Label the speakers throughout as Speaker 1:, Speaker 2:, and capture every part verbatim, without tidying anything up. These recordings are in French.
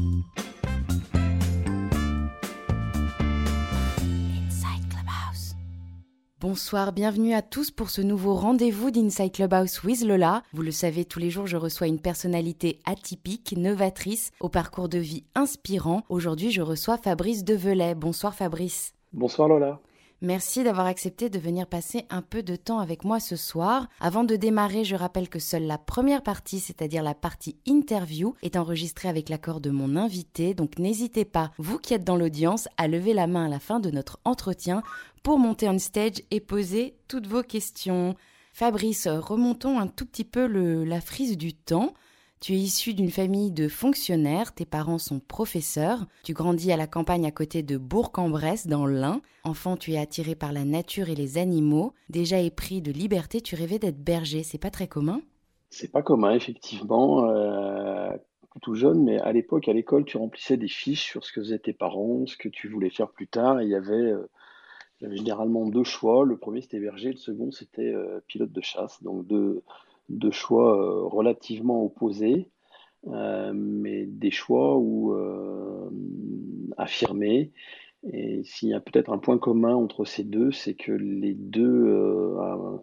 Speaker 1: Bonsoir, bienvenue à tous pour ce nouveau rendez-vous d'Inside Clubhouse with Lola. Vous le savez, tous les jours, je reçois une personnalité atypique, novatrice, au parcours de vie inspirant. Aujourd'hui, je reçois Fabrice Develay. Bonsoir Fabrice.
Speaker 2: Bonsoir Lola.
Speaker 1: Merci d'avoir accepté de venir passer un peu de temps avec moi ce soir. Avant de démarrer, je rappelle que seule la première partie, c'est-à-dire la partie interview, est enregistrée avec l'accord de mon invité. Donc n'hésitez pas, vous qui êtes dans l'audience, à lever la main à la fin de notre entretien pour monter on stage et poser toutes vos questions. Fabrice, remontons un tout petit peu le, la frise du temps. Tu es issu d'une famille de fonctionnaires, tes parents sont professeurs, tu grandis à la campagne à côté de Bourg-en-Bresse dans l'Ain. Enfant, tu es attiré par la nature et les animaux. Déjà épris de liberté, tu rêvais d'être berger, c'est pas très commun ?
Speaker 2: C'est pas commun, effectivement, euh, tout jeune, mais à l'époque, à l'école, tu remplissais des fiches sur ce que faisaient tes parents, ce que tu voulais faire plus tard, et il y avait, euh, il y avait généralement deux choix. Le premier, c'était berger, le second, c'était euh, pilote de chasse. Donc deux, deux choix euh, relativement opposés, euh, mais des choix où, euh, affirmés. Et s'il y a peut-être un point commun entre ces deux, c'est que les deux euh,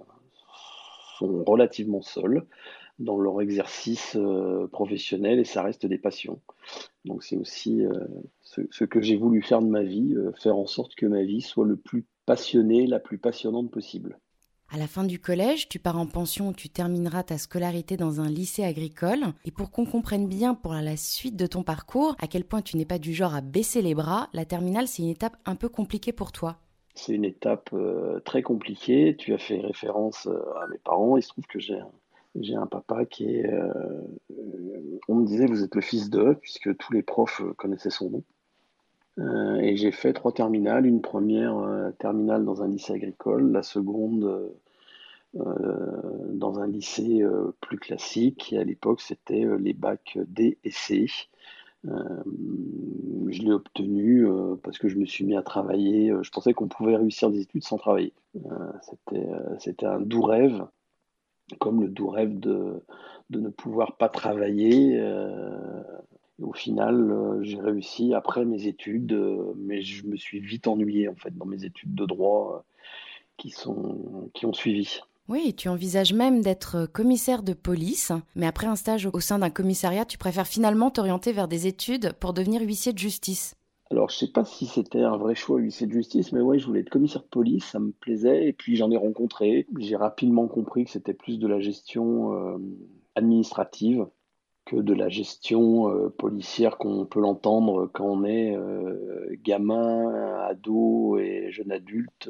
Speaker 2: sont relativement seuls dans leur exercice euh, professionnel et ça reste des passions. Donc c'est aussi euh, ce, ce que j'ai voulu faire de ma vie, euh, faire en sorte que ma vie soit le plus passionnée, la plus passionnante possible.
Speaker 1: À la fin du collège, tu pars en pension où tu termineras ta scolarité dans un lycée agricole. Et pour qu'on comprenne bien pour la suite de ton parcours, à quel point tu n'es pas du genre à baisser les bras, la terminale, c'est une étape un peu compliquée pour toi.
Speaker 2: C'est une étape euh, très compliquée. Tu as fait référence euh, à mes parents. Il se trouve que j'ai un, j'ai un papa qui est... euh, euh, on me disait, vous êtes le fils d'eux, puisque tous les profs euh, connaissaient son nom. Euh, et j'ai fait trois terminales. Une première euh, terminale dans un lycée agricole, la seconde... euh, euh, dans un lycée euh, plus classique. Et à l'époque, c'était euh, les bacs D et C. Euh, je l'ai obtenu euh, parce que je me suis mis à travailler. Euh, Je pensais qu'on pouvait réussir des études sans travailler. Euh, c'était, euh, c'était un doux rêve, comme le doux rêve de, de ne pouvoir pas travailler. Euh, et au final, euh, j'ai réussi après mes études, euh, mais je me suis vite ennuyé en fait dans mes études de droit euh, qui sont, qui ont suivi.
Speaker 1: Oui, et tu envisages même d'être commissaire de police, mais après un stage au sein d'un commissariat, tu préfères finalement t'orienter vers des études pour devenir huissier de justice.
Speaker 2: Alors, je sais pas si c'était un vrai choix huissier de justice, mais ouais, je voulais être commissaire de police, ça me plaisait, et puis j'en ai rencontré. J'ai rapidement compris que c'était plus de la gestion euh, administrative que de la gestion euh, policière qu'on peut l'entendre quand on est euh, gamin, ado et jeune adulte.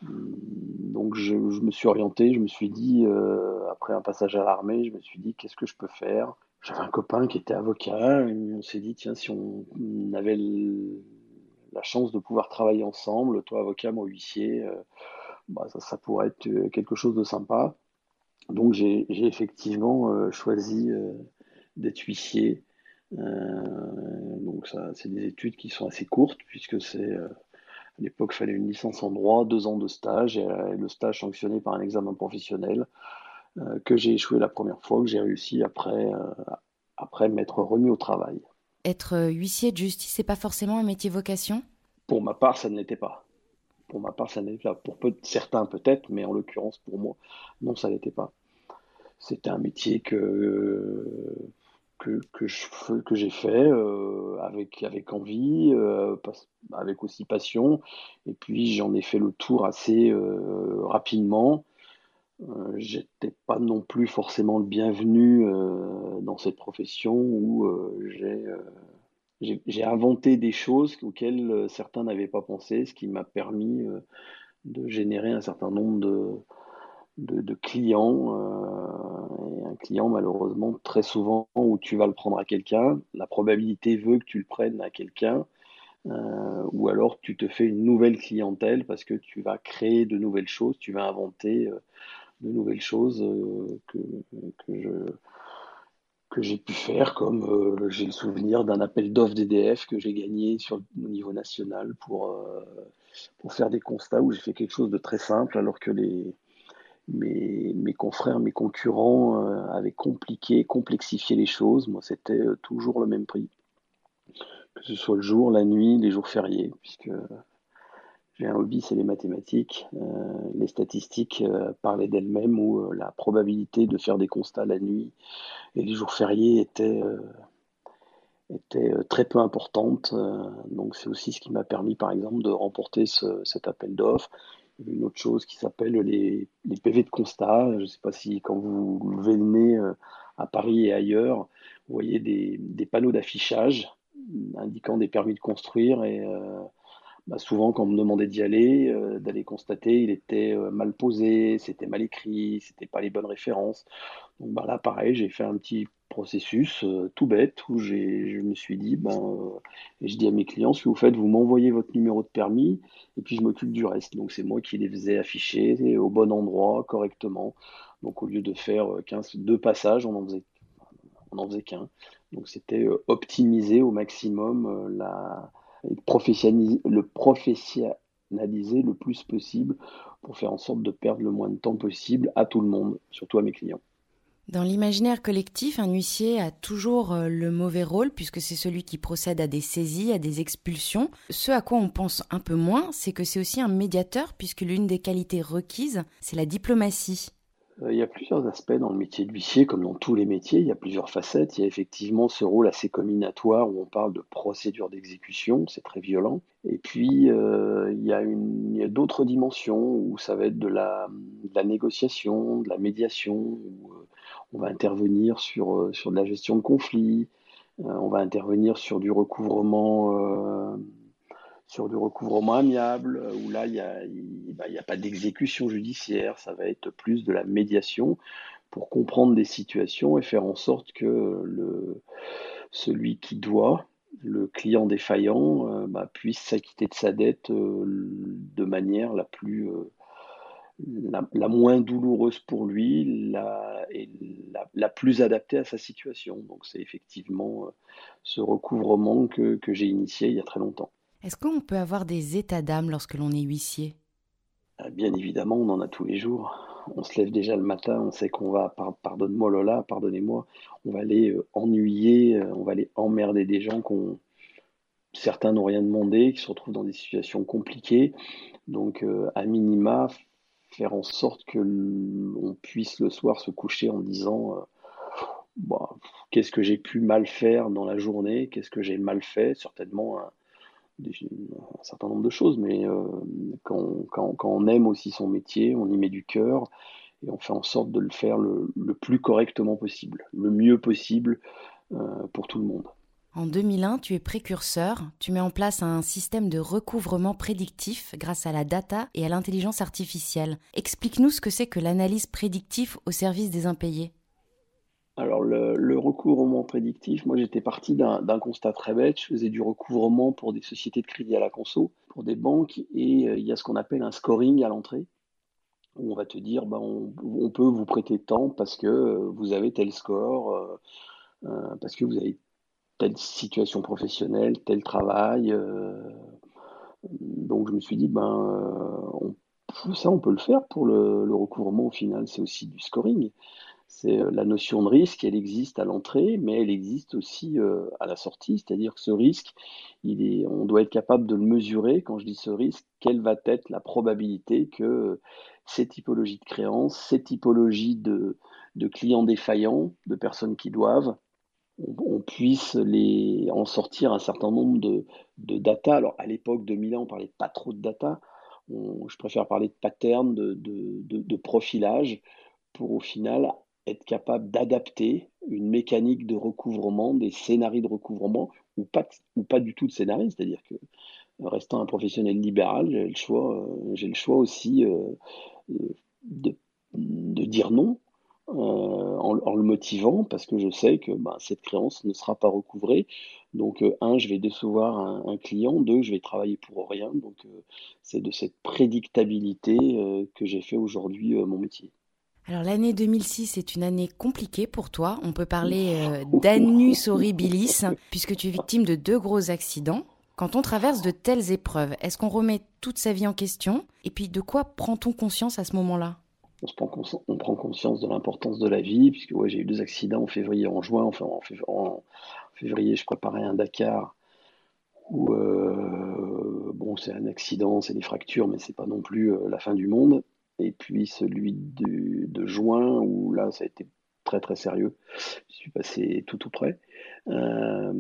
Speaker 2: Donc, je, je me suis orienté, je me suis dit, euh, après un passage à l'armée, je me suis dit, qu'est-ce que je peux faire? J'avais un copain qui était avocat, et on s'est dit, tiens, si on avait le- la chance de pouvoir travailler ensemble, toi avocat, moi huissier, euh, bah, ça, ça pourrait être euh, quelque chose de sympa. Donc j'ai j'ai effectivement euh, choisi euh, d'être huissier. Euh, donc ça, c'est des études qui sont assez courtes, puisque c'est euh, à l'époque, il fallait une licence en droit, deux ans de stage, et euh, le stage sanctionné par un examen professionnel euh, que j'ai échoué la première fois, que j'ai réussi après, euh, après m'être remis au travail.
Speaker 1: Être huissier de justice, c'est pas forcément un métier vocation ?
Speaker 2: Pour ma part, ça ne l'était pas. Pour ma part, ça ne l'était pas. Pour peu, certains peut-être, mais en l'occurrence pour moi, non, ça ne l'était pas. C'était un métier que, que, que, je, que j'ai fait euh, avec, avec envie, euh, avec aussi passion. Et puis j'en ai fait le tour assez euh, rapidement. Euh, j'étais pas non plus forcément le bienvenu euh, dans cette profession où euh, j'ai euh, j'ai j'ai inventé des choses auxquelles euh, certains n'avaient pas pensé, ce qui m'a permis euh, de générer un certain nombre de, de, de clients. Euh, et un client, malheureusement, très souvent, où tu vas le prendre à quelqu'un, la probabilité veut que tu le prennes à quelqu'un, euh, ou alors tu te fais une nouvelle clientèle parce que tu vas créer de nouvelles choses, tu vas inventer euh, de nouvelles choses euh, que, que je que j'ai pu faire, comme euh, j'ai le souvenir d'un appel d'offres d'E D F que j'ai gagné sur le niveau national pour, euh, pour faire des constats où j'ai fait quelque chose de très simple alors que les, mes, mes confrères, mes concurrents euh, avaient compliqué, complexifié les choses. Moi, c'était euh, toujours le même prix. que ce soit le jour, la nuit, les jours fériés, puisque j'ai un hobby, c'est les mathématiques. Euh, les statistiques euh, parlaient d'elles-mêmes où euh, la probabilité de faire des constats la nuit et les jours fériés était, euh, était euh, très peu importante. Euh, donc c'est aussi ce qui m'a permis, par exemple, de remporter ce- cet appel d'offres. Il y avait une autre chose qui s'appelle les, les P V de constat. Je ne sais pas si quand vous levez le nez euh, à Paris et ailleurs, vous voyez des, des panneaux d'affichage indiquant des permis de construire et euh, bah, souvent, quand on me demandait d'y aller, euh, d'aller constater, il était euh, mal posé, c'était mal écrit, c'était pas les bonnes références. Donc bah, là, pareil, j'ai fait un petit processus euh, tout bête où j'ai, je me suis dit, ben, euh, et je dis à mes clients, ce que vous faites, vous m'envoyez votre numéro de permis et puis je m'occupe du reste. Donc c'est moi qui les faisais afficher au bon endroit, correctement. Donc au lieu de faire euh, quinze, deux passages, on en faisait, on en faisait qu'un. Donc c'était euh, optimiser au maximum euh, la, et professionnaliser, le professionnaliser le plus possible pour faire en sorte de perdre le moins de temps possible à tout le monde, surtout à mes clients.
Speaker 1: Dans l'imaginaire collectif, un huissier a toujours euh, le mauvais rôle puisque c'est celui qui procède à des saisies, à des expulsions. Ce à quoi on pense un peu moins, c'est que c'est aussi un médiateur puisque l'une des qualités requises, c'est la diplomatie.
Speaker 2: Euh, Il y a plusieurs aspects dans le métier d'huissier, comme dans tous les métiers, il y a plusieurs facettes. Il y a effectivement ce rôle assez combinatoire où on parle de procédure d'exécution, c'est très violent. Et puis, euh, il y a une, il y a d'autres dimensions où ça va être de la, de la négociation, de la médiation, où euh, on va intervenir sur, euh, sur de la gestion de conflits, euh, on va intervenir sur du recouvrement euh, sur du recouvrement amiable, euh, où là, il n'y a, il, bah, il y a pas d'exécution judiciaire, ça va être plus de la médiation pour comprendre des situations et faire en sorte que le, celui qui doit, le client défaillant, euh, bah, puisse s'acquitter de sa dette euh, de manière la plus, euh, la, la moins douloureuse pour lui la, et la, la plus adaptée à sa situation. Donc c'est effectivement euh, ce recouvrement que, que j'ai initié il y a très longtemps.
Speaker 1: Est-ce qu'on peut avoir des états d'âme lorsque l'on est huissier?
Speaker 2: Euh, Bien évidemment, on en a tous les jours. On se lève déjà le matin, on sait qu'on va, par- pardonne-moi Lola, pardonnez-moi, on va aller euh, ennuyer, euh, on va aller emmerder des gens qu'on, certains n'ont rien demandé, qui se retrouvent dans des situations compliquées. Donc, euh, à minima, faire en sorte que l'on puisse le soir se coucher en disant, euh, bah, qu'est-ce que j'ai pu mal faire dans la journée, qu'est-ce que j'ai mal fait, certainement un, des- un certain nombre de choses, mais euh, quand, quand- quand on aime aussi son métier, on y met du cœur et on fait en sorte de le faire le, le plus correctement possible, le mieux possible euh, pour tout le monde.
Speaker 1: En deux mille un, tu es précurseur, tu mets en place un système de recouvrement prédictif grâce à la data et à l'intelligence artificielle. Explique-nous ce que c'est que l'analyse prédictive au service des impayés.
Speaker 2: Alors le, le recouvrement prédictif, moi j'étais parti d'un d'un constat très bête, je faisais du recouvrement pour des sociétés de crédit à la conso, pour des banques, et euh, il y a ce qu'on appelle un scoring à l'entrée, où on va te dire, ben, on, on peut vous prêter tant parce que euh, vous avez tel score, euh, euh, parce que vous avez telle situation professionnelle, tel travail. Euh, donc je me suis dit, ben, euh, on, ça on peut le faire pour le, le recouvrement au final, c'est aussi du scoring. C'est euh, la notion de risque, elle existe à l'entrée, mais elle existe aussi euh, à la sortie. C'est-à-dire que ce risque, il est, on doit être capable de le mesurer. Quand je dis ce risque, quelle va être la probabilité que ces typologies de créances, ces typologies de, de clients défaillants, de personnes qui doivent, on, on puisse les, en sortir un certain nombre de, de data. Alors à l'époque deux mille un, on parlait pas trop de data. On- je préfère parler de pattern, de, de, de, de profilage pour au final être capable d'adapter une mécanique de recouvrement, des scénarios de recouvrement, ou pas, ou pas du tout de scénario, c'est-à-dire que restant un professionnel libéral, j'ai le choix, euh, j'ai le choix aussi euh, de, de dire non euh, en, en le motivant parce que je sais que bah, cette créance ne sera pas recouvrée. Donc, euh, un, je vais décevoir un, un client. Deux, je vais travailler pour rien. Donc, euh, c'est de cette prédictabilité euh, que j'ai fait aujourd'hui euh, mon métier.
Speaker 1: Alors l'année deux mille six est une année compliquée pour toi. On peut parler euh, d'annus horribilis puisque tu es victime de deux gros accidents. Quand on traverse de telles épreuves, est-ce qu'on remet toute sa vie en question? Et puis de quoi prend-on conscience à ce moment-là?
Speaker 2: On, se prend, cons- on prend conscience de l'importance de la vie, puisque ouais, j'ai eu deux accidents en février, en juin. Enfin, en fév- en février, je préparais un Dakar où euh, bon, c'est un accident, c'est des fractures, mais c'est pas non plus euh, la fin du monde. Et puis celui du- de juin, où là, ça a été très très sérieux. Je suis passé tout tout près. Euh,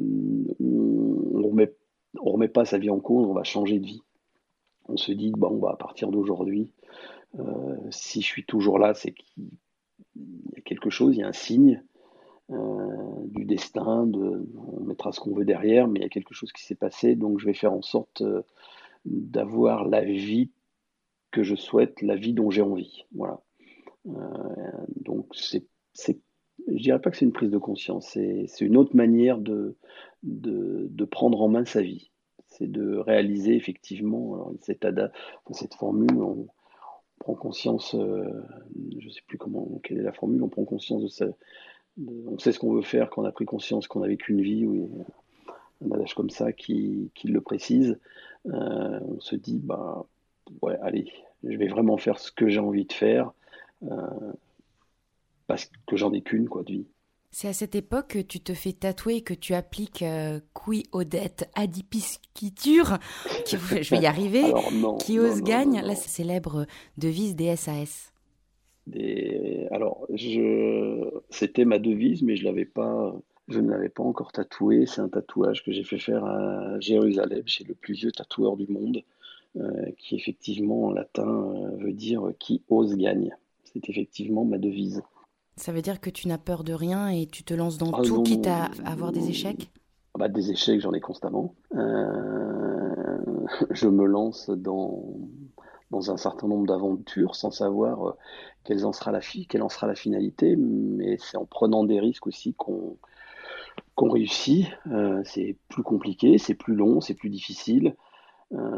Speaker 2: on remet, on remet pas sa vie en cause, on va changer de vie. On se dit, bon, bah, à partir d'aujourd'hui, euh, si je suis toujours là, c'est qu'il y a quelque chose, il y a un signe euh, du destin, de, on mettra ce qu'on veut derrière, mais il y a quelque chose qui s'est passé, donc je vais faire en sorte euh, d'avoir la vie que je souhaite, la vie dont j'ai envie. Voilà. Euh, donc c'est, c'est, je dirais pas que c'est une prise de conscience, c'est, c'est une autre manière de, de, de prendre en main sa vie. C'est de réaliser effectivement, alors cette, ada, cette formule, on prend conscience, euh, je ne sais plus comment, quelle est la formule, on prend conscience de sa, de- on sait ce qu'on veut faire quand on a pris conscience qu'on n'avait qu'une vie, ou un adage comme ça qui, qui le précise. Euh, on se dit, bah ouais, allez, je vais vraiment faire ce que j'ai envie de faire, euh, parce que j'en ai qu'une, quoi, de vie.
Speaker 1: C'est à cette époque que tu te fais tatouer et que tu appliques euh, qui Odette adipisciture, qui, je vais y arriver,
Speaker 2: Alors non,
Speaker 1: qui
Speaker 2: non,
Speaker 1: ose
Speaker 2: non, non,
Speaker 1: gagne, la
Speaker 2: non.
Speaker 1: célèbre devise des S A S.
Speaker 2: Des... Alors, je... c'était ma devise, mais je l'avais pas, je ne l'avais pas encore tatoué. C'est un tatouage que j'ai fait faire à Jérusalem, chez le plus vieux tatoueur du monde, euh, qui effectivement en latin euh, veut dire qui ose gagne. C'est effectivement ma devise.
Speaker 1: Ça veut dire que tu n'as peur de rien et tu te lances dans
Speaker 2: Ah
Speaker 1: tout,
Speaker 2: non,
Speaker 1: quitte
Speaker 2: non,
Speaker 1: à
Speaker 2: non,
Speaker 1: avoir des
Speaker 2: non.
Speaker 1: échecs?
Speaker 2: Ah bah, des échecs, j'en ai constamment. Euh, je me lance dans, dans un certain nombre d'aventures sans savoir euh, quelle en sera la fi- quelle en sera la finalité, mais c'est en prenant des risques aussi qu'on qu'on réussit. Euh, c'est plus compliqué, c'est plus long, c'est plus difficile. Euh,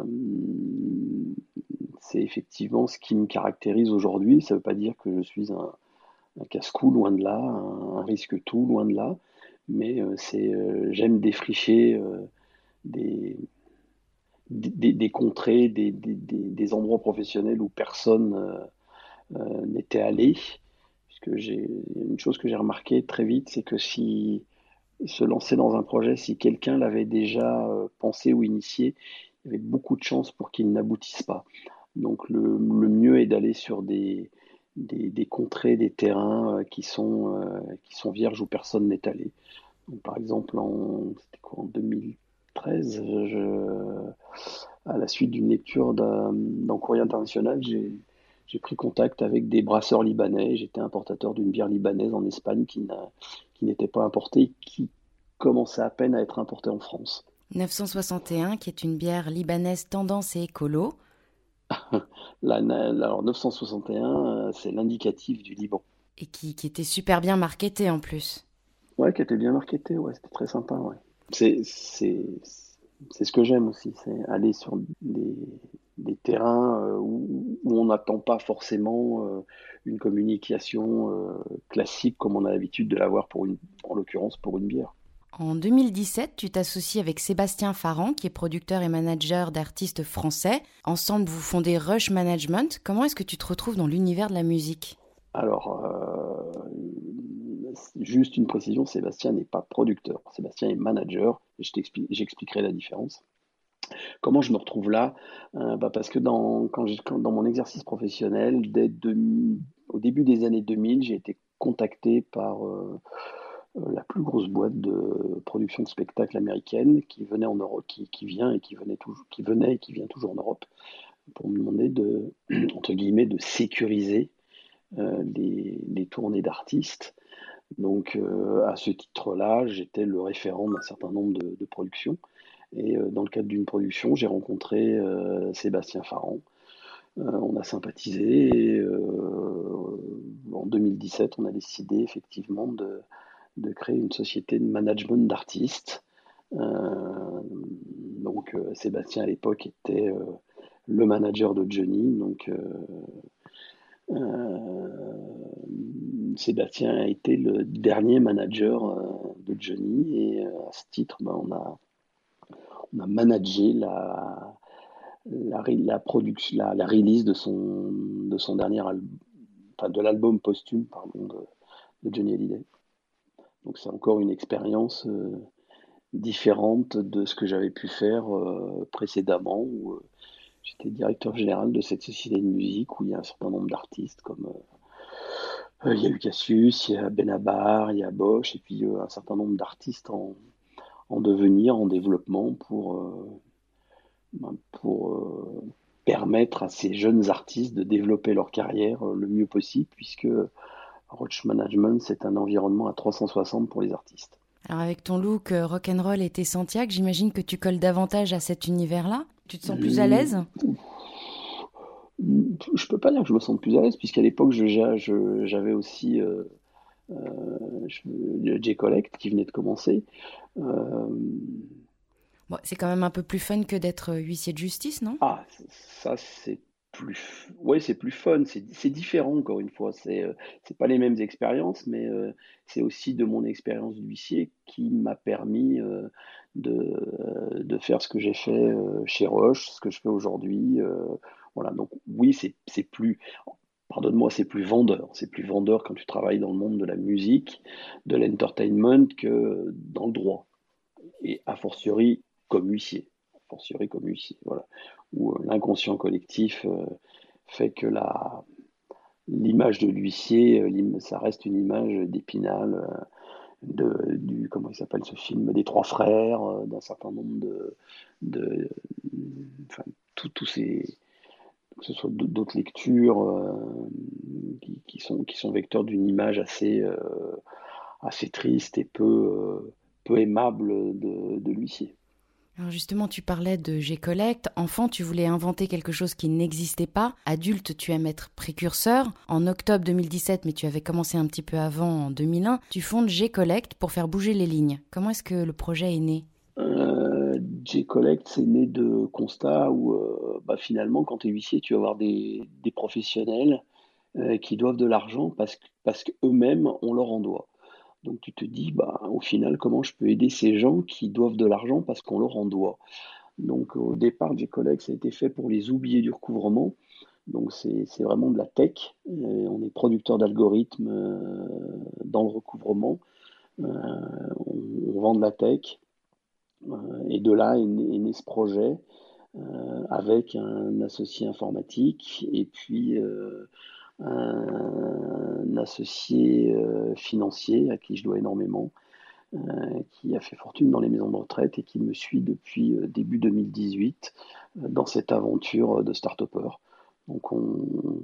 Speaker 2: c'est effectivement ce qui me caractérise aujourd'hui. Ça ne veut pas dire que je suis un, un casse-cou, loin de là, un, un risque-tout, loin de là. Mais euh, c'est, euh, j'aime défricher euh, des, des, des contrées, des, des, des- des endroits professionnels où personne euh, euh, n'était allé. Puisque j'ai une chose que j'ai remarqué très vite, c'est que si se lancer dans un projet, si quelqu'un l'avait déjà euh, pensé ou initié, il y avait beaucoup de chances pour qu'il n'aboutisse pas. Donc le, le mieux est d'aller sur des, des, des contrées, des terrains euh, qui sont, euh, qui sont vierges où personne n'est allé. Donc, par exemple, en, c'était quoi, en deux mille treize, je, à la suite d'une lecture d'un, dans Courrier International, j'ai, j'ai pris contact avec des brasseurs libanais. J'étais importateur d'une bière libanaise en Espagne qui, n'a, qui n'était pas importée, qui commençait à peine à être importée en France.
Speaker 1: neuf cent soixante et un, qui est une bière libanaise tendance et écolo.
Speaker 2: La, alors neuf cent soixante et un, euh, c'est l'indicatif du Liban.
Speaker 1: Et qui, qui était super bien marketée en plus.
Speaker 2: Ouais, qui était bien marketé, ouais, c'était très sympa, ouais. C'est, c'est, c'est ce que j'aime aussi, c'est aller sur des, des terrains euh, où, où on n'attend pas forcément euh, une communication euh, classique comme on a l'habitude de l'avoir pour une, en l'occurrence pour une bière.
Speaker 1: En deux mille dix-sept, tu t'associes avec Sébastien Farran, qui est producteur et manager d'artistes français. Ensemble, vous fondez Rush Management. Comment est-ce que tu te retrouves dans l'univers de la musique?
Speaker 2: Alors, euh, juste une précision, Sébastien n'est pas producteur, Sébastien est manager, et je t'explique, j'expliquerai la différence. Comment je me retrouve là? Euh, bah parce que dans, quand j'ai, quand- dans mon exercice professionnel, dès deux mille au début des années deux mille, j'ai été contacté par euh, euh, la plus grosse boîte de production de spectacles américaine qui venait en Europe, qui, qui vient et qui venait toujours, qui venait et qui vient toujours en Europe pour me demander de, entre guillemets, de sécuriser euh, les, les tournées d'artistes. Donc, euh, à ce titre-là, j'étais le référent d'un certain nombre de, de productions. Et euh, dans le cadre d'une production, j'ai rencontré euh, Sébastien Farran. Euh, on a sympathisé et euh, en deux mille dix-sept, on a décidé effectivement de, de créer une société de management d'artistes. Euh, donc euh, Sébastien à l'époque était euh, le manager de Johnny. Donc euh, euh, Sébastien a été le dernier manager euh, de Johnny et euh, à ce titre, ben, on a, on a managé la, la, la, production, la, la release de son, de son dernier album, enfin de l'album posthume pardon, de, de Johnny Hallyday. Donc c'est encore une expérience euh, différente de ce que j'avais pu faire euh, précédemment, où euh, j'étais directeur général de cette société de musique où il y a un certain nombre d'artistes, comme euh, euh, il y a eu Cassius, il y a Benabar, il y a Bosch, et puis euh, un certain nombre d'artistes en, en devenir, en développement pour, euh, ben, pour euh, permettre à ces jeunes artistes de développer leur carrière euh, le mieux possible, puisque Roach Management, c'est un environnement à trois cent soixante pour les artistes.
Speaker 1: Alors avec ton look euh, rock'n'roll et tes Santiago, j'imagine que tu colles davantage à cet univers-là. Tu te sens plus à
Speaker 2: Hum,
Speaker 1: l'aise?
Speaker 2: Je peux pas dire que je me sente plus à l'aise, puisqu'à l'époque, je, je- j'avais aussi euh, euh, je- le J-Collect qui venait de commencer. Euh,
Speaker 1: Bon, c'est quand même un peu plus fun que d'être euh, huissier de justice, non?
Speaker 2: ah, ça, c'est plus, ouais, c'est plus fun, c'est c'est différent, encore une fois. C'est euh, c'est pas les mêmes expériences, mais euh, c'est aussi de mon expérience d'huissier qui m'a permis euh, de, euh, de faire ce que j'ai fait euh, chez Roche, ce que je fais aujourd'hui. euh, voilà, donc oui, c'est c'est plus, pardonne-moi, c'est plus vendeur. C'est plus vendeur quand tu travailles dans le monde de la musique, de l'entertainment, que dans le droit. Et a fortiori comme huissier. A fortiori comme huissier, voilà. Où euh, l'inconscient collectif euh, fait que la, l'image de l'huissier, euh, ça reste une image d'Épinal, euh, de, du, comment il s'appelle ce film, des Trois Frères, euh, d'un certain nombre de, de enfin, tous ces, que ce soit d'autres lectures euh, qui, qui sont, qui sont vecteurs d'une image assez, euh, assez triste et peu, euh, peu aimable de, de l'huissier.
Speaker 1: Alors justement, tu parlais de G-Collect. Enfant, tu voulais inventer quelque chose qui n'existait pas. Adulte, tu aimes être précurseur. En octobre deux mille dix-sept, mais tu avais commencé un petit peu avant, en deux mille un, tu fondes G-Collect pour faire bouger les lignes. Comment est-ce que le projet est né?
Speaker 2: Euh, J-Collect, c'est né de constats où euh, bah, finalement, quand tu es huissier, tu vas avoir des, des professionnels euh, qui doivent de l'argent parce que, parce qu'eux-mêmes, on leur en doit. Donc tu te dis, bah, au final, comment je peux aider ces gens qui doivent de l'argent parce qu'on leur en doit? Donc au départ, J-Collect, ça a été fait pour les oubliés du recouvrement. Donc c'est c'est vraiment de la tech. Euh, on est producteur d'algorithmes euh, dans le recouvrement. Euh, on, on vend de la tech. Euh, et de là est né, est né ce projet euh, avec un associé informatique et puis euh, un associé euh, financier à qui je dois énormément, euh, qui a fait fortune dans les maisons de retraite et qui me suit depuis euh, début deux mille dix-huit euh, dans cette aventure de start-upper. Donc on,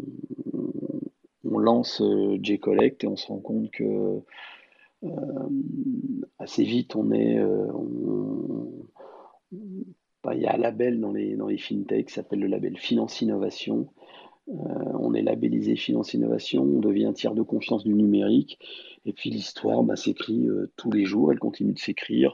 Speaker 2: on lance euh, J-Collect et on se rend compte que euh, assez vite on est, euh, on, bah, il y a un label dans les, dans les fintechs qui s'appelle le label Finance Innovation. Euh, on est labellisé Finance Innovation, on devient un tiers de confiance du numérique. Et puis l'histoire bah, s'écrit euh, tous les jours, elle continue de s'écrire.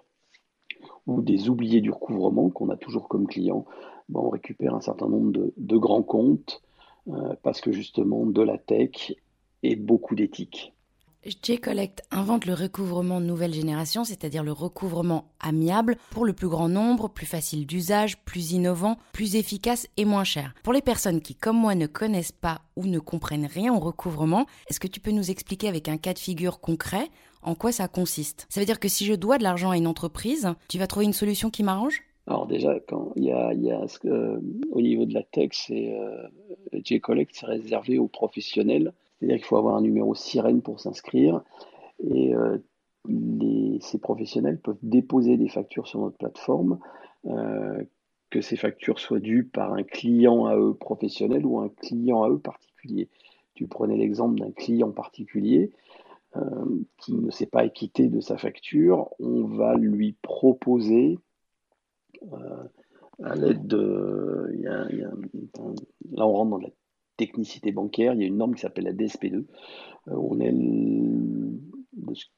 Speaker 2: Ou des oubliés du recouvrement qu'on a toujours comme client. Bah, on récupère un certain nombre de, de grands comptes euh, parce que justement de la tech et beaucoup d'éthique.
Speaker 1: J-Collect invente le recouvrement nouvelle génération, c'est-à-dire le recouvrement amiable pour le plus grand nombre, plus facile d'usage, plus innovant, plus efficace et moins cher. Pour les personnes qui, comme moi, ne connaissent pas ou ne comprennent rien au recouvrement, est-ce que tu peux nous expliquer avec un cas de figure concret en quoi ça consiste? Ça veut dire que si je dois de l'argent à une entreprise, tu vas trouver une solution qui m'arrange?
Speaker 2: Alors déjà, quand il y a, il y a ce que, euh, au niveau de la tech, c'est euh, J-Collect, c'est réservé aux professionnels. C'est-à-dire qu'il faut avoir un numéro sirène pour s'inscrire. Et euh, les, ces professionnels peuvent déposer des factures sur notre plateforme, euh, que ces factures soient dues par un client à eux professionnel ou un client à eux particulier. Tu prenais l'exemple d'un client particulier euh, qui ne s'est pas acquitté de sa facture, on va lui proposer euh, à l'aide de... Il y a, il y a un- là, on rentre dans la technicité bancaire, il y a une norme qui s'appelle la D S P deux. Euh, on est le- de ce,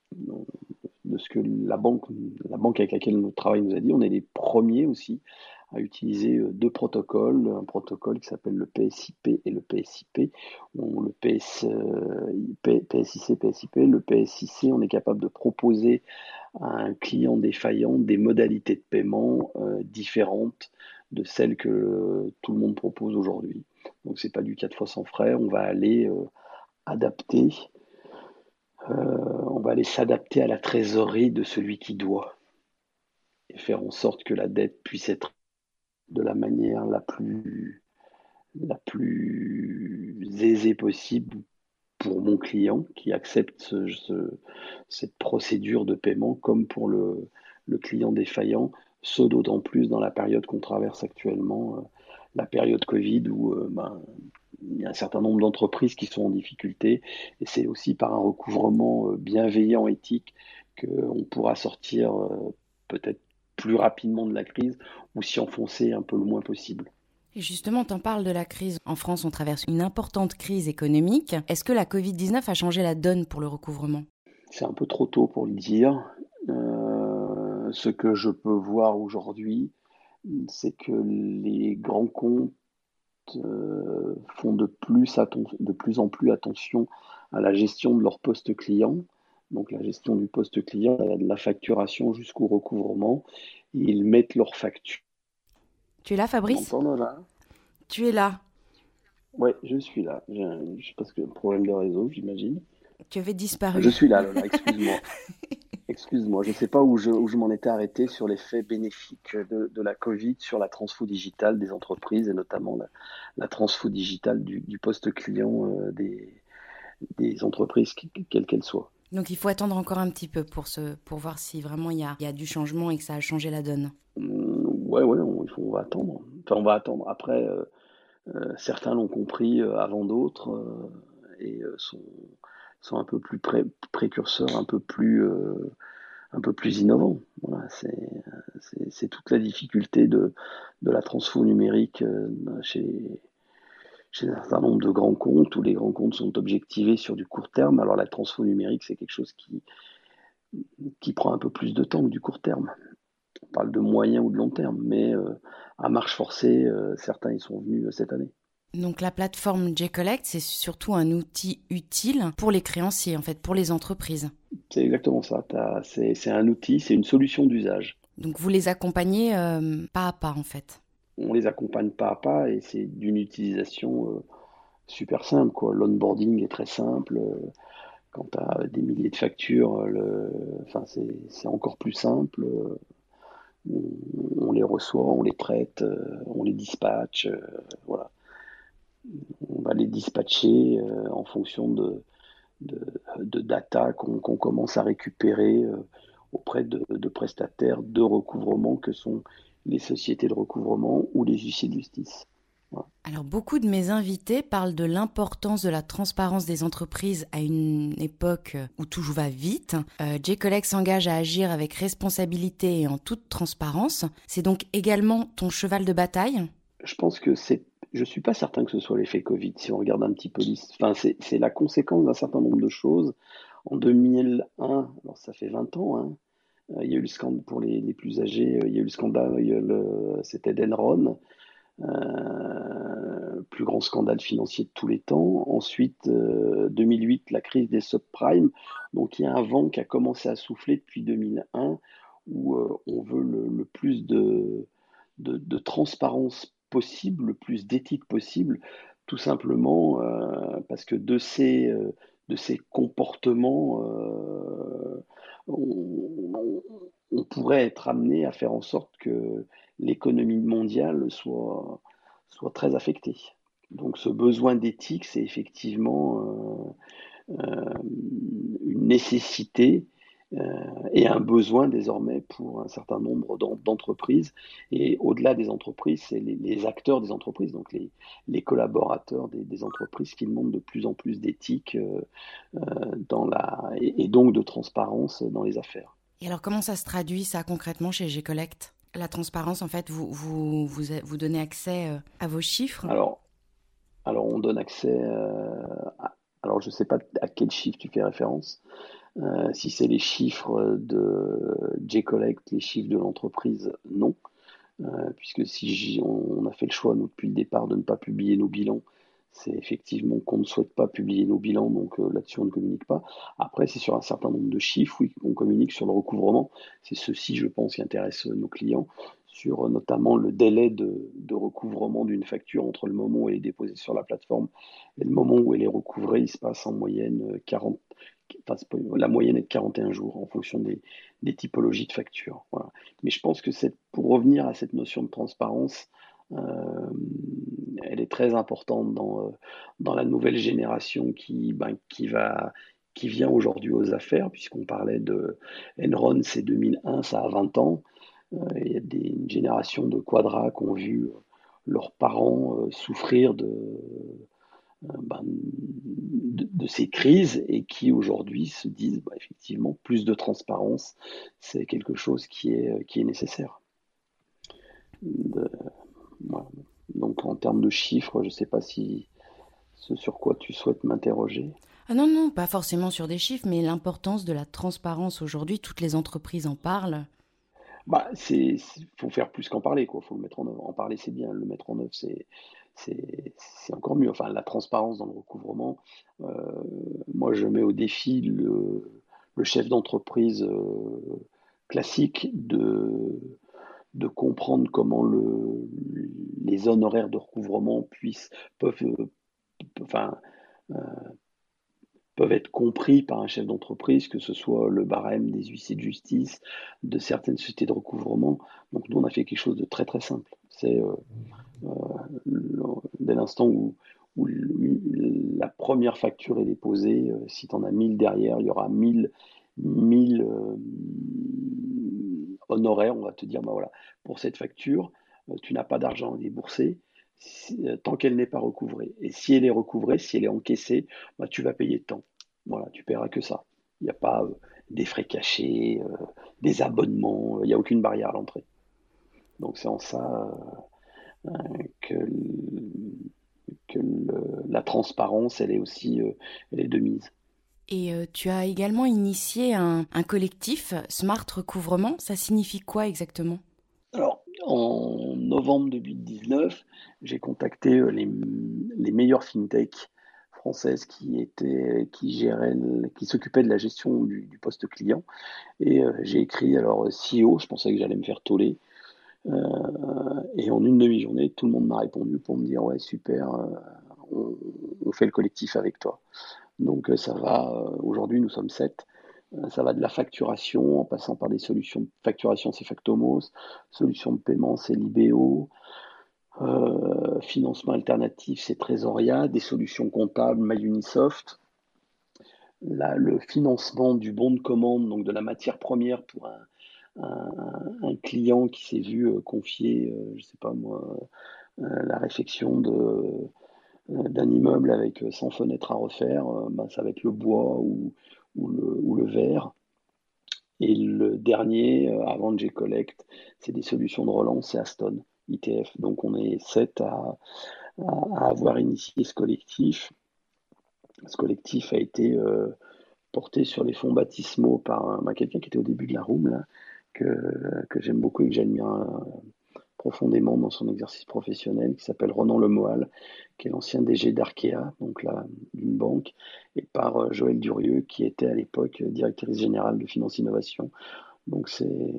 Speaker 2: de ce que la banque, la banque avec laquelle nous travaillons nous a dit, on est les premiers aussi à utiliser euh, deux protocoles, un protocole qui s'appelle le P S I P et le P S I P. On, le P S, euh, P- PSIC, P S I P, le P S I C, on est capable de proposer à un client défaillant des modalités de paiement euh, différentes de celles que euh, tout le monde propose aujourd'hui. Donc c'est pas du quatre fois sans frais, on va aller euh, adapter, euh, on va aller s'adapter à la trésorerie de celui qui doit. et faire en sorte que la dette puisse être de la manière la plus, la plus aisée possible pour mon client qui accepte ce- ce- cette procédure de paiement comme pour le, le client défaillant, ce d'autant plus dans la période qu'on traverse actuellement, euh, la période Covid où euh, ben, il y a un certain nombre d'entreprises qui sont en difficulté et c'est aussi par un recouvrement euh, bienveillant, éthique, qu'on pourra sortir euh, peut-être plus rapidement de la crise ou s'y enfoncer un peu le moins possible.
Speaker 1: Et justement, t'en parles de la crise. En France, on traverse une importante crise économique. Est-ce que la covid dix-neuf a changé la donne pour le recouvrement?
Speaker 2: C'est un peu trop tôt pour le dire. Euh, ce que je peux voir aujourd'hui, c'est que les grands comptes euh, font de plus, atten- de plus en plus attention à la gestion de leur poste client. Donc la gestion du poste client, de la facturation jusqu'au recouvrement. Ils mettent leurs factures.
Speaker 1: Tu es là,
Speaker 2: On
Speaker 1: Fabrice?
Speaker 2: m'entend là?
Speaker 1: Tu es là.
Speaker 2: Ouais, je suis là. J'ai un- Je sais pas ce que problème de réseau, j'imagine.
Speaker 1: Tu avais
Speaker 2: Je
Speaker 1: disparu.
Speaker 2: suis là, Lola, excuse-moi. Excuse-moi, je ne sais pas où je, où je m'en étais arrêté sur l'effet bénéfique de, de la Covid sur la transfo digitale des entreprises et notamment la, la transfo digitale du, du poste client euh, des, des entreprises, qui- quelles qu'elles soient.
Speaker 1: Donc il faut attendre encore un petit peu pour, se, pour voir si vraiment il y a, il y a du changement et que ça a changé la donne.
Speaker 2: Hum, ouais, ouais, on, il faut- on va attendre. Enfin, on va attendre. Après, euh, euh, certains l'ont compris euh, avant d'autres euh, et euh, sont, sont un peu plus pré- précurseurs, un peu plus euh, un peu plus innovant. Voilà, c'est, c'est, c'est toute la difficulté de, de la transfo numérique euh, chez, chez un certain nombre de grands comptes où les grands comptes sont objectivés sur du court terme. Alors la transfo numérique, c'est quelque chose qui, qui prend un peu plus de temps que du court terme. On parle de moyen ou de long terme, mais euh, à marche forcée, euh, certains y sont venus euh, cette année.
Speaker 1: Donc la plateforme J-Collect, c'est surtout un outil utile pour les créanciers, en fait, pour les entreprises.
Speaker 2: C'est exactement ça. T'as- C'est, c'est un outil, c'est une solution d'usage.
Speaker 1: Donc vous les accompagnez euh, pas à pas, en fait.
Speaker 2: On les accompagne pas à pas et c'est d'une utilisation euh, super simple, quoi. L'onboarding est très simple. euh, Quand tu as des milliers de factures, le... enfin, c'est, c'est encore plus simple. On, on les reçoit, on les traite, euh, on les dispatche. euh, voilà. On va les dispatcher euh, en fonction de, de, de data qu'on qu'on commence à récupérer euh, auprès de, de prestataires de recouvrement que sont les sociétés de recouvrement ou les huissiers de justice. Voilà.
Speaker 1: Alors beaucoup de mes invités parlent de l'importance de la transparence des entreprises à une époque où tout va vite. Euh, J-Collect s'engage à agir avec responsabilité et en toute transparence. C'est donc également ton cheval de bataille?
Speaker 2: Je pense que c'est, je suis pas certain que ce soit l'effet Covid. Si on regarde un petit peu, l'his- enfin, c'est, c'est la conséquence d'un certain nombre de choses. En deux mille un, alors ça fait vingt ans, hein, euh, il y a eu le scandale pour les, les plus âgés, euh, il y a eu le scandale, il y a eu le- c'était d'Enron, euh, plus grand scandale financier de tous les temps. Ensuite, euh, deux mille huit, la crise des subprimes. Donc il y a un vent qui a commencé à souffler depuis deux mille un où euh, on veut le, le plus de, de, de transparence possible, le plus d'éthique possible, tout simplement euh, parce que de ces, euh, de ces comportements, euh, on, on- on pourrait être amené à faire en sorte que l'économie mondiale soit, soit très affectée. Donc ce besoin d'éthique, c'est effectivement euh, euh, une nécessité euh, et un besoin désormais pour un certain nombre d'en- d'entreprises. Et au-delà des entreprises, c'est les, les acteurs des entreprises, donc les, les collaborateurs des, des entreprises qui demandent de plus en plus d'éthique euh, euh, dans la, et, et donc de transparence dans les affaires.
Speaker 1: Et alors comment ça se traduit ça concrètement chez J-Collect? La transparence, en fait, vous, vous, vous, vous donnez accès euh, à vos chiffres?
Speaker 2: Alors, alors on donne accès euh, à, alors je ne sais pas à quel chiffre tu fais référence. Euh, si c'est les chiffres de J-Collect, les chiffres de l'entreprise, non. Euh, puisque si j'y- on a fait le choix, nous, depuis le départ, de ne pas publier nos bilans, c'est effectivement qu'on ne souhaite pas publier nos bilans, donc euh, là-dessus, on ne communique pas. Après, c'est sur un certain nombre de chiffres, oui, on communique sur le recouvrement. C'est ceci, je pense, qui intéresse euh, nos clients, sur euh, notamment le délai de, de recouvrement d'une facture entre le moment où elle est déposée sur la plateforme et le moment où elle est recouvrée. Il se passe en moyenne euh, quarante, enfin, c'est pas- la moyenne est de quarante et un jours en fonction des, des typologies de factures. Voilà. Mais je pense que c'est, pour revenir à cette notion de transparence, euh, elle est très importante dans, euh, dans la nouvelle génération qui, ben, qui va, qui vient aujourd'hui aux affaires, puisqu'on parlait de Enron, c'est deux mille un, ça a vingt ans. Euh, Il y a des, une génération de quadras qui ont vu euh, leurs parents euh, souffrir de, euh, ben, de, de ces crises et qui aujourd'hui se disent bah, effectivement plus de transparence, c'est quelque chose qui est, qui est nécessaire. De- voilà. Donc en termes de chiffres, je ne sais pas si ce sur quoi tu souhaites m'interroger.
Speaker 1: Ah non, non, pas forcément sur des chiffres, mais l'importance de la transparence aujourd'hui, toutes les entreprises en parlent.
Speaker 2: Bah, c'est, c'est- faut faire plus qu'en parler, quoi. Faut le mettre en œuvre. En parler, c'est bien. Le mettre en œuvre, c'est, c'est, c'est encore mieux. Enfin, la transparence dans le recouvrement. euh, Moi, je mets au défi le, le chef d'entreprise euh, classique de, de comprendre comment le, les honoraires de recouvrement puissent, peuvent, euh, enfin, euh, peuvent être compris par un chef d'entreprise, que ce soit le barème des huissiers de justice, de certaines sociétés de recouvrement. Donc nous, on a fait quelque chose de très très simple. C'est euh, euh, le- dès l'instant où, où la première facture est déposée, euh, si tu en as mille derrière, il y aura mille, mille euh, honoraires. On va te dire, bah voilà, pour cette facture, euh, tu n'as pas d'argent à débourser si- euh, tant qu'elle n'est pas recouvrée. Et si elle est recouvrée, si elle est encaissée, bah, tu vas payer tant. Voilà, tu paieras que ça. Il n'y a pas euh, des frais cachés, euh, des abonnements, il n'y a aucune barrière à l'entrée. Donc c'est en ça euh, que, que le- la transparence, elle est aussi euh, elle est de mise.
Speaker 1: Et euh, tu as également initié un, un collectif, Smart Recouvrement. Ça signifie quoi exactement?
Speaker 2: Alors, en novembre deux mille dix-neuf, j'ai contacté euh, les, les meilleures fintechs françaises qui étaient, qui géraient, le- qui s'occupaient de la gestion du, du poste client. Et euh, j'ai écrit alors C E O, je pensais que j'allais me faire toller. Euh, et en une demi-journée, tout le monde m'a répondu pour me dire ouais super, euh, on, on fait le collectif avec toi. Donc euh, ça va. euh, Aujourd'hui, nous sommes sept. Euh, Ça va de la facturation en passant par des solutions de facturation, c'est Factomos, solutions de paiement, c'est Libéo, euh, financement alternatif, c'est Tresoria, des solutions comptables, MyUnisoft. Là, le financement du bon de commande, donc de la matière première pour un, un- un client qui s'est vu euh, confier, euh, je sais pas moi, euh, la réfection de, euh, d'un immeuble avec euh, cent fenêtres à refaire, euh, ben, ça va être le bois ou, ou le, ou le verre. Et le dernier, euh, avant J-Collect, c'est des solutions de relance, c'est Aston, I T F. Donc on est sept à, à- à avoir initié ce collectif. Ce collectif a été euh, porté sur les fonds baptismaux par un- bah, quelqu'un qui était au début de la room, là, que, que j'aime beaucoup et que j'admire euh, profondément dans son exercice professionnel, qui s'appelle Ronan Lemoal, qui est l'ancien D G d'Arkea, donc là, d'une banque, et par euh, Joël Durieux, qui était à l'époque euh, directrice générale de Finance Innovation. Donc c'est,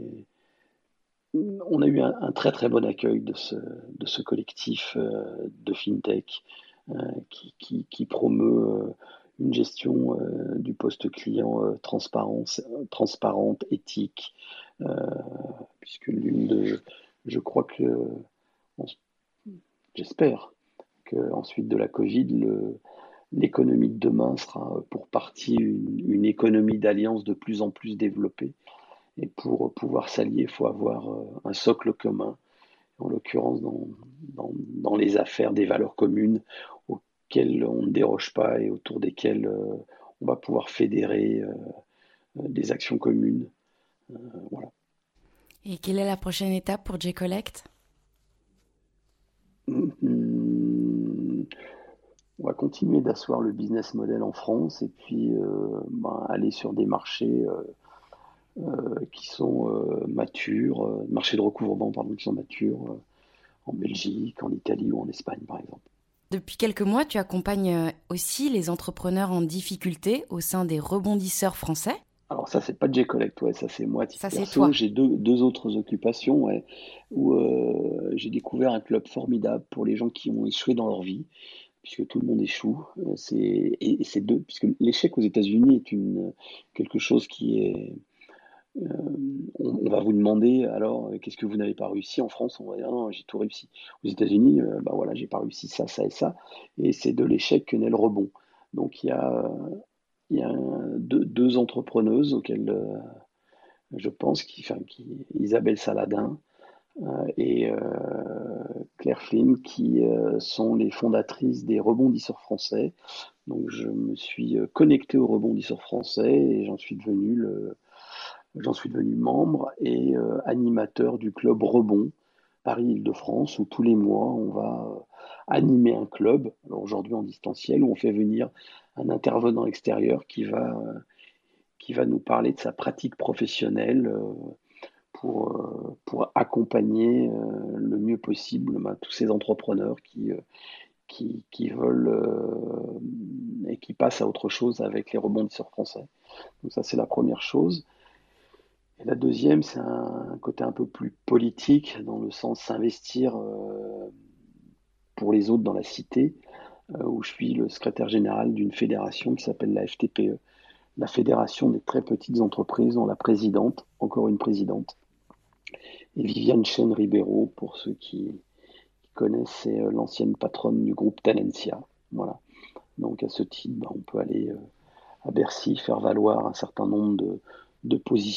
Speaker 2: on a eu un, un très très bon accueil de ce, de ce collectif euh, de FinTech euh, qui, qui, qui promeut euh, une gestion euh, du poste client euh, transparente, transparente, éthique, euh, puisque l'une de, je crois que, on- j'espère que ensuite de la Covid, le, l'économie de demain sera pour partie une, une économie d'alliance de plus en plus développée. Et pour pouvoir s'allier, il faut avoir euh, un socle commun, en l'occurrence dans, dans, dans les affaires des valeurs communes auxquelles on ne déroge pas et autour desquelles euh, on va pouvoir fédérer euh, des actions communes. Euh, voilà.
Speaker 1: Et quelle est la prochaine étape pour J-Collect?
Speaker 2: Hum, On va continuer d'asseoir le business model en France et puis euh, ben, aller sur des marchés euh, euh, qui sont euh, matures, euh, marchés de recouvrement pardon, qui sont matures euh, en Belgique, en Italie ou en Espagne par exemple.
Speaker 1: Depuis quelques mois, tu accompagnes euh, aussi les entrepreneurs en difficulté au sein des rebondisseurs français.
Speaker 2: Alors ça, c'est pas de J-Collect, ouais, ça c'est moi à titre
Speaker 1: Ça, c'est
Speaker 2: perso.
Speaker 1: toi.
Speaker 2: J'ai deux, deux autres occupations, ouais, où euh, j'ai découvert un club formidable pour les gens qui ont échoué dans leur vie, puisque tout le monde échoue. Euh, C'est, et, et c'est deux, puisque l'échec aux États-Unis est une, quelque chose qui est. euh, on, on va vous demander, alors, euh, qu'est-ce que vous n'avez pas réussi en France? On va dire, non, j'ai tout réussi. Aux États-Unis, euh, bah voilà, j'ai pas réussi ça, ça et ça. Et c'est de l'échec que naît le rebond. Donc il y a, euh, il y a un- deux, deux entrepreneuses auxquelles euh, je pense, qui, enfin, qui, Isabelle Saladin euh, et euh, Claire Flynn, qui euh, sont les fondatrices des Rebondisseurs français. Donc je me suis euh, connecté aux Rebondisseurs français et j'en suis devenu le, j'en suis devenu membre et euh, animateur du club Rebond Paris-Île-de-France, où tous les mois on va euh, animer un club. Alors aujourd'hui en distanciel, où on fait venir un intervenant extérieur qui va euh, qui va nous parler de sa pratique professionnelle euh, pour, euh, pour accompagner euh, le mieux possible bah, tous ces entrepreneurs qui, euh, qui, qui veulent euh, et qui passent à autre chose avec les rebondisseurs français. Donc ça, c'est la première chose. Et la deuxième, c'est un, un côté un peu plus politique, dans le sens s'investir euh, pour les autres dans la cité, euh, où je suis le secrétaire général d'une fédération qui s'appelle la F T P E, la Fédération des très petites entreprises, dont la présidente, encore une présidente, et Viviane Chen Ribeiro, pour ceux qui, qui connaissent, c'est euh, l'ancienne patronne du groupe Talentia. Voilà. Donc à ce titre, bah, on peut aller euh, à Bercy faire valoir un certain nombre de, de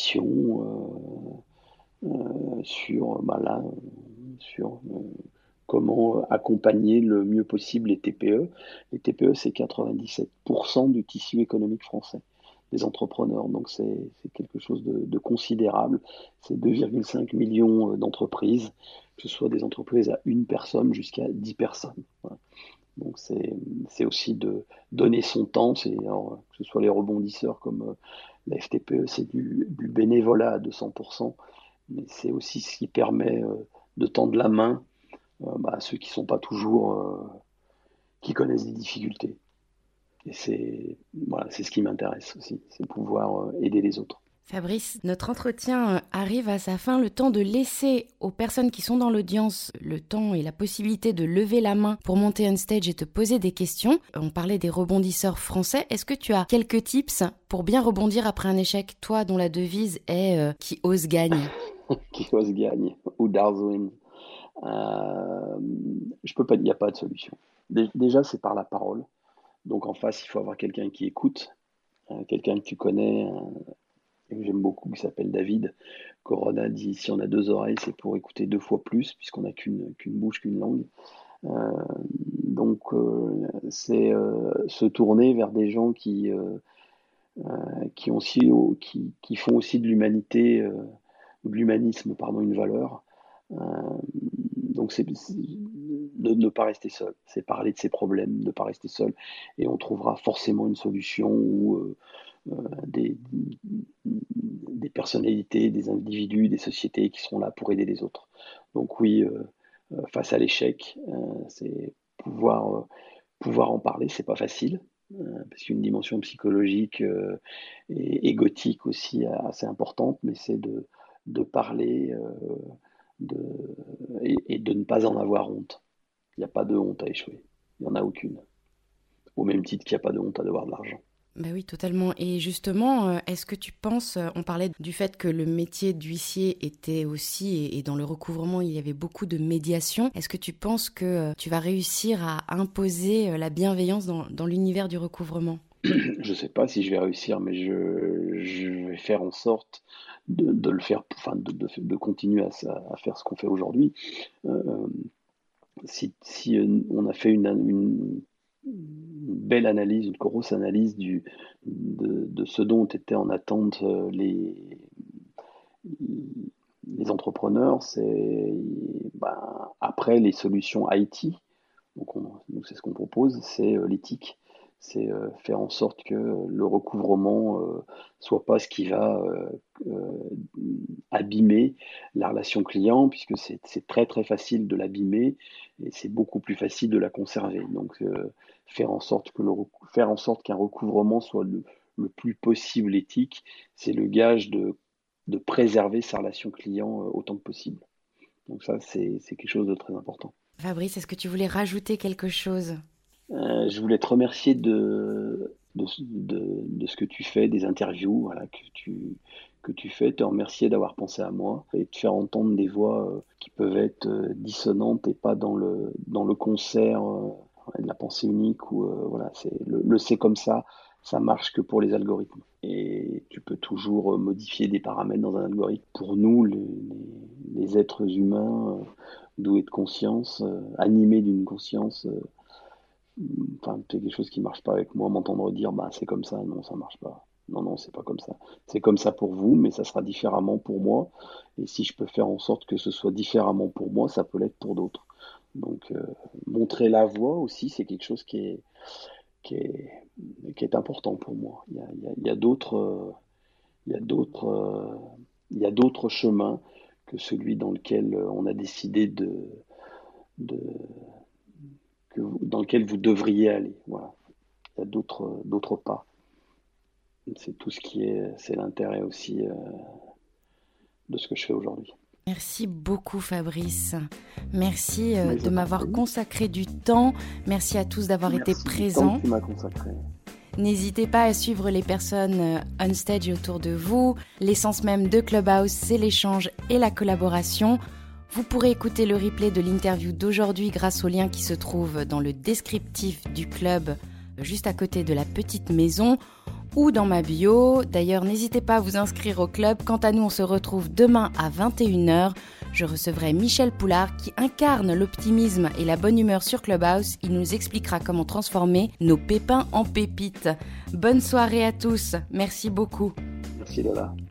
Speaker 2: positions euh, euh, sur, bah, là, sur euh, comment euh, accompagner le mieux possible les T P E. Les T P E, c'est quatre-vingt-dix-sept pour cent du tissu économique français, des entrepreneurs. Donc c'est c'est quelque chose de, de considérable. C'est deux virgule cinq millions euh, d'entreprises, que ce soit des entreprises à une personne jusqu'à dix personnes. Voilà. Donc c'est c'est aussi de donner son temps. C'est, alors, que ce soit les rebondisseurs comme euh, la F T P E, c'est du, du bénévolat à deux cents pour cent, mais c'est aussi ce qui permet euh, de tendre la main euh, bah, à ceux qui sont pas toujours, euh, qui connaissent des difficultés. Et c'est voilà, c'est ce qui m'intéresse aussi, c'est pouvoir euh, aider les autres.
Speaker 1: Fabrice, notre entretien euh, arrive à sa fin. Le temps de laisser aux personnes qui sont dans l'audience le temps et la possibilité de lever la main pour monter on stage et te poser des questions. On parlait des rebondisseurs français. Est-ce que tu as quelques tips pour bien rebondir après un échec, toi dont la devise est euh, qui ose gagne?
Speaker 2: Qui ose gagne ou Darwin. Euh, je peux pas, il n'y a pas de solution. Dé- Déjà, c'est par la parole. Donc en face, il faut avoir quelqu'un qui écoute, euh, quelqu'un que tu connais, euh, et que j'aime beaucoup, qui s'appelle David. Corona dit si on a deux oreilles, c'est pour écouter deux fois plus, puisqu'on n'a qu'une qu'une bouche, qu'une langue. Euh, donc euh, c'est euh, se tourner vers des gens qui, euh, qui, ont aussi, qui, qui font aussi de l'humanité, euh, ou de l'humanisme, pardon, une valeur. Euh, donc c'est c'est- de ne pas rester seul, c'est parler de ses problèmes, de ne pas rester seul, et on trouvera forcément une solution ou euh, euh, des, des personnalités, des individus, des sociétés qui seront là pour aider les autres. Donc oui, euh, euh, face à l'échec, euh, c'est pouvoir, euh, pouvoir en parler, c'est pas facile, euh, parce qu'une dimension psychologique euh, et égotique aussi assez importante, mais c'est de, de parler euh, de, et, et de ne pas en avoir honte. Il n'y a pas de honte à échouer, il n'y en a aucune. Au même titre qu'il n'y a pas de honte à devoir de l'argent.
Speaker 1: Bah oui, totalement. Et justement, euh, est-ce que tu penses, euh, on parlait du fait que le métier d'huissier était aussi, et, et dans le recouvrement, il y avait beaucoup de médiation. Est-ce que tu penses que euh, tu vas réussir à imposer euh, la bienveillance dans, dans l'univers du recouvrement?
Speaker 2: Je ne sais pas si je vais réussir, mais je, je vais faire en sorte de, de le faire, enfin de, de, de continuer à, à, faire ce qu'on fait aujourd'hui. Euh, si, si on a fait une, une, belle analyse, une grosse analyse du, de, de ce dont étaient en attente les, les entrepreneurs, c'est ben, après les solutions I T, donc on, nous c'est ce qu'on propose, c'est euh, l'éthique, c'est euh, faire en sorte que le recouvrement euh, soit pas ce qui va euh, euh, abîmer la relation client, puisque c'est c'est très très facile de l'abîmer et c'est beaucoup plus facile de la conserver. Donc euh, faire en sorte que le faire en sorte qu'un recouvrement soit le, le plus possible éthique, c'est le gage de de préserver sa relation client euh, autant que possible. Donc ça, c'est c'est quelque chose de très important.
Speaker 1: Fabrice, est-ce que tu voulais rajouter quelque chose?
Speaker 2: Euh, je voulais te remercier de, de, de, de ce que tu fais, des interviews, voilà, que tu, que tu fais, te remercier d'avoir pensé à moi et te faire entendre des voix euh, qui peuvent être euh, dissonantes et pas dans le, dans le concert euh, de la pensée unique ou euh, voilà, c'est le, le c'est comme ça, ça marche que pour les algorithmes. Et tu peux toujours euh, modifier des paramètres dans un algorithme. Pour nous, les, les, les êtres humains euh, doués de conscience, euh, animés d'une conscience, euh, enfin, c'est quelque chose qui marche pas avec moi, m'entendre dire bah c'est comme ça, non, ça marche pas. Non, non, c'est pas comme ça. C'est comme ça pour vous, mais ça sera différemment pour moi. Et si je peux faire en sorte que ce soit différemment pour moi, ça peut l'être pour d'autres. Donc, euh, montrer la voie aussi, c'est quelque chose qui est, qui est, qui est important pour moi. Il y a, il y a, il y a d'autres, euh, il y a d'autres, euh, il y a d'autres chemins que celui dans lequel euh, on a décidé de, de, que vous- dans lequel vous devriez aller. Voilà. Il y a d'autres, d'autres pas. C'est tout ce qui est, c'est l'intérêt aussi euh, de ce que je fais aujourd'hui.
Speaker 1: Merci beaucoup Fabrice. Merci euh,
Speaker 2: Mais je
Speaker 1: de
Speaker 2: t'en
Speaker 1: m'avoir
Speaker 2: prie.
Speaker 1: consacré du temps. Merci à tous d'avoir été
Speaker 2: Merci du temps
Speaker 1: présents.
Speaker 2: que tu m'as consacré.
Speaker 1: N'hésitez pas à suivre les personnes euh, on stage autour de vous. L'essence même de Clubhouse, c'est l'échange et la collaboration. Vous pourrez écouter le replay de l'interview d'aujourd'hui grâce au lien qui se trouve dans le descriptif du club, juste à côté de la petite maison, ou dans ma bio. D'ailleurs, n'hésitez pas à vous inscrire au club. Quant à nous, on se retrouve demain à vingt et une heures. Je recevrai Michel Poulard qui incarne l'optimisme et la bonne humeur sur Clubhouse. Il nous expliquera comment transformer nos pépins en pépites. Bonne soirée à tous. Merci beaucoup.
Speaker 2: Merci Lola.